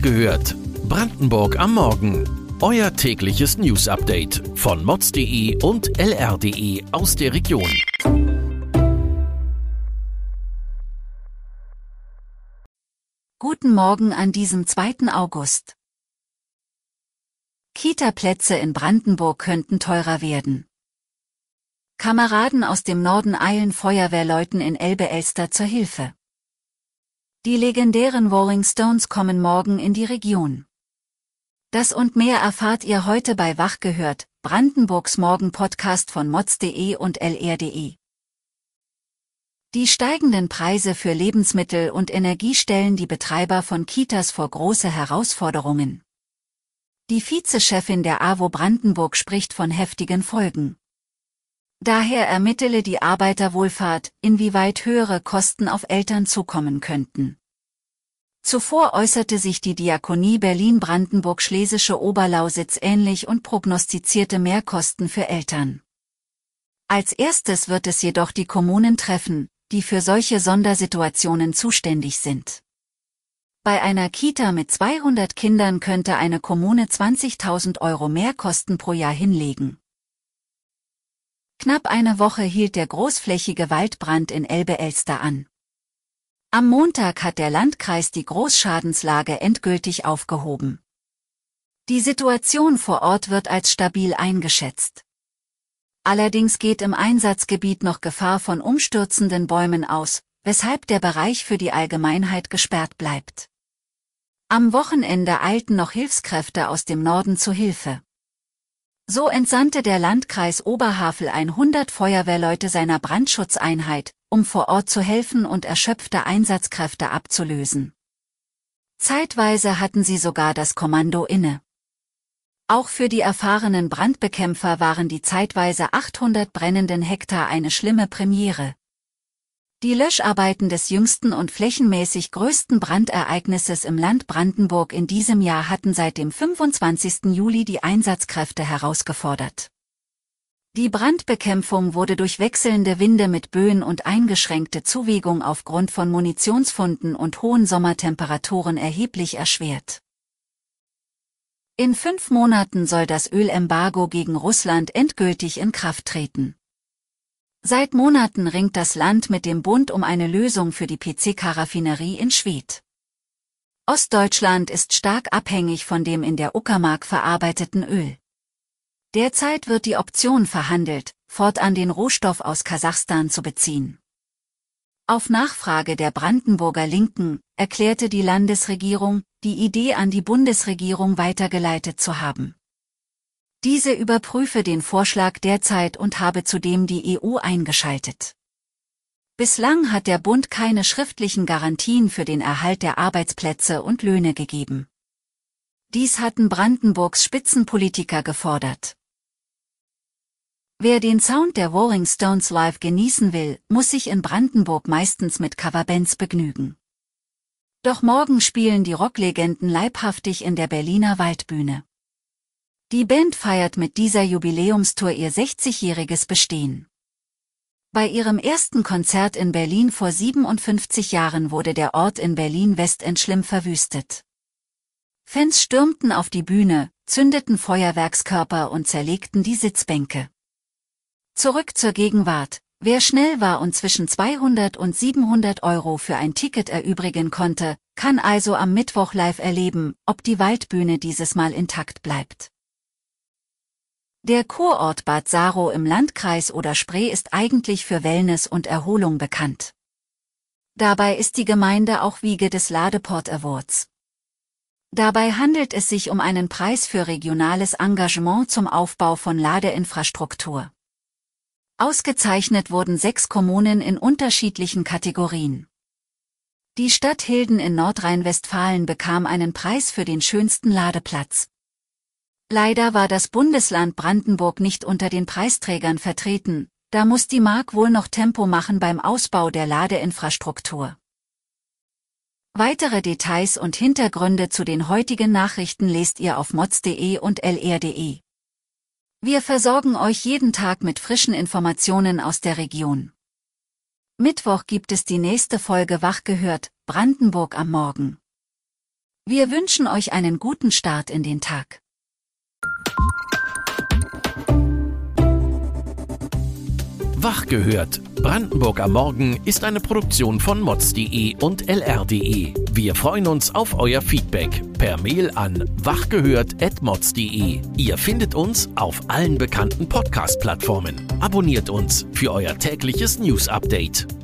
gehört. Brandenburg am Morgen. Euer tägliches News-Update von mods.de und lr.de aus der Region. Guten Morgen an diesem 2. August. Kita-Plätze in Brandenburg könnten teurer werden. Kameraden aus dem Norden eilen Feuerwehrleuten in Elbe-Elster zur Hilfe. Die legendären Rolling Stones kommen morgen in die Region. Das und mehr erfahrt ihr heute bei Wach gehört, Brandenburgs Morgen-Podcast von mods.de und lr.de. Die steigenden Preise für Lebensmittel und Energie stellen die Betreiber von Kitas vor große Herausforderungen. Die Vizechefin der AWO Brandenburg spricht von heftigen Folgen. Daher ermittele die Arbeiterwohlfahrt, inwieweit höhere Kosten auf Eltern zukommen könnten. Zuvor äußerte sich die Diakonie Berlin-Brandenburg-Schlesische Oberlausitz ähnlich und prognostizierte Mehrkosten für Eltern. Als erstes wird es jedoch die Kommunen treffen, die für solche Sondersituationen zuständig sind. Bei einer Kita mit 200 Kindern könnte eine Kommune 20.000 € Mehrkosten pro Jahr hinlegen. Knapp eine Woche hielt der großflächige Waldbrand in Elbe-Elster an. Am Montag hat der Landkreis die Großschadenslage endgültig aufgehoben. Die Situation vor Ort wird als stabil eingeschätzt. Allerdings geht im Einsatzgebiet noch Gefahr von umstürzenden Bäumen aus, weshalb der Bereich für die Allgemeinheit gesperrt bleibt. Am Wochenende eilten noch Hilfskräfte aus dem Norden zu Hilfe. So entsandte der Landkreis Oberhavel 100 Feuerwehrleute seiner Brandschutzeinheit, um vor Ort zu helfen und erschöpfte Einsatzkräfte abzulösen. Zeitweise hatten sie sogar das Kommando inne. Auch für die erfahrenen Brandbekämpfer waren die zeitweise 800 brennenden Hektar eine schlimme Premiere. Die Löscharbeiten des jüngsten und flächenmäßig größten Brandereignisses im Land Brandenburg in diesem Jahr hatten seit dem 25. Juli die Einsatzkräfte herausgefordert. Die Brandbekämpfung wurde durch wechselnde Winde mit Böen und eingeschränkte Zuwegung aufgrund von Munitionsfunden und hohen Sommertemperaturen erheblich erschwert. In 5 Monaten soll das Ölembargo gegen Russland endgültig in Kraft treten. Seit Monaten ringt das Land mit dem Bund um eine Lösung für die PCK-Raffinerie in Schwedt. Ostdeutschland ist stark abhängig von dem in der Uckermark verarbeiteten Öl. Derzeit wird die Option verhandelt, fortan den Rohstoff aus Kasachstan zu beziehen. Auf Nachfrage der Brandenburger Linken erklärte die Landesregierung, die Idee an die Bundesregierung weitergeleitet zu haben. Diese überprüfe den Vorschlag derzeit und habe zudem die EU eingeschaltet. Bislang hat der Bund keine schriftlichen Garantien für den Erhalt der Arbeitsplätze und Löhne gegeben. Dies hatten Brandenburgs Spitzenpolitiker gefordert. Wer den Sound der Rolling Stones live genießen will, muss sich in Brandenburg meistens mit Coverbands begnügen. Doch morgen spielen die Rocklegenden leibhaftig in der Berliner Waldbühne. Die Band feiert mit dieser Jubiläumstour ihr 60-jähriges Bestehen. Bei ihrem ersten Konzert in Berlin vor 57 Jahren wurde der Ort in Berlin-Westend schlimm verwüstet. Fans stürmten auf die Bühne, zündeten Feuerwerkskörper und zerlegten die Sitzbänke. Zurück zur Gegenwart. Wer schnell war und zwischen 200 und 700 € für ein Ticket erübrigen konnte, kann also am Mittwoch live erleben, ob die Waldbühne dieses Mal intakt bleibt. Der Kurort Bad Saro im Landkreis Oder-Spree ist eigentlich für Wellness und Erholung bekannt. Dabei ist die Gemeinde auch Wiege des Ladeport Awards. Dabei handelt es sich um einen Preis für regionales Engagement zum Aufbau von Ladeinfrastruktur. Ausgezeichnet wurden 6 Kommunen in unterschiedlichen Kategorien. Die Stadt Hilden in Nordrhein-Westfalen bekam einen Preis für den schönsten Ladeplatz. Leider war das Bundesland Brandenburg nicht unter den Preisträgern vertreten, da muss die Mark wohl noch Tempo machen beim Ausbau der Ladeinfrastruktur. Weitere Details und Hintergründe zu den heutigen Nachrichten lest ihr auf mods.de und lr.de. Wir versorgen euch jeden Tag mit frischen Informationen aus der Region. Mittwoch gibt es die nächste Folge Wach gehört, Brandenburg am Morgen. Wir wünschen euch einen guten Start in den Tag. Wach gehört. Brandenburg am Morgen ist eine Produktion von mods.de und lr.de. Wir freuen uns auf euer Feedback per Mail an wachgehört@mods.de. Ihr findet uns auf allen bekannten Podcast-Plattformen. Abonniert uns für euer tägliches News-Update.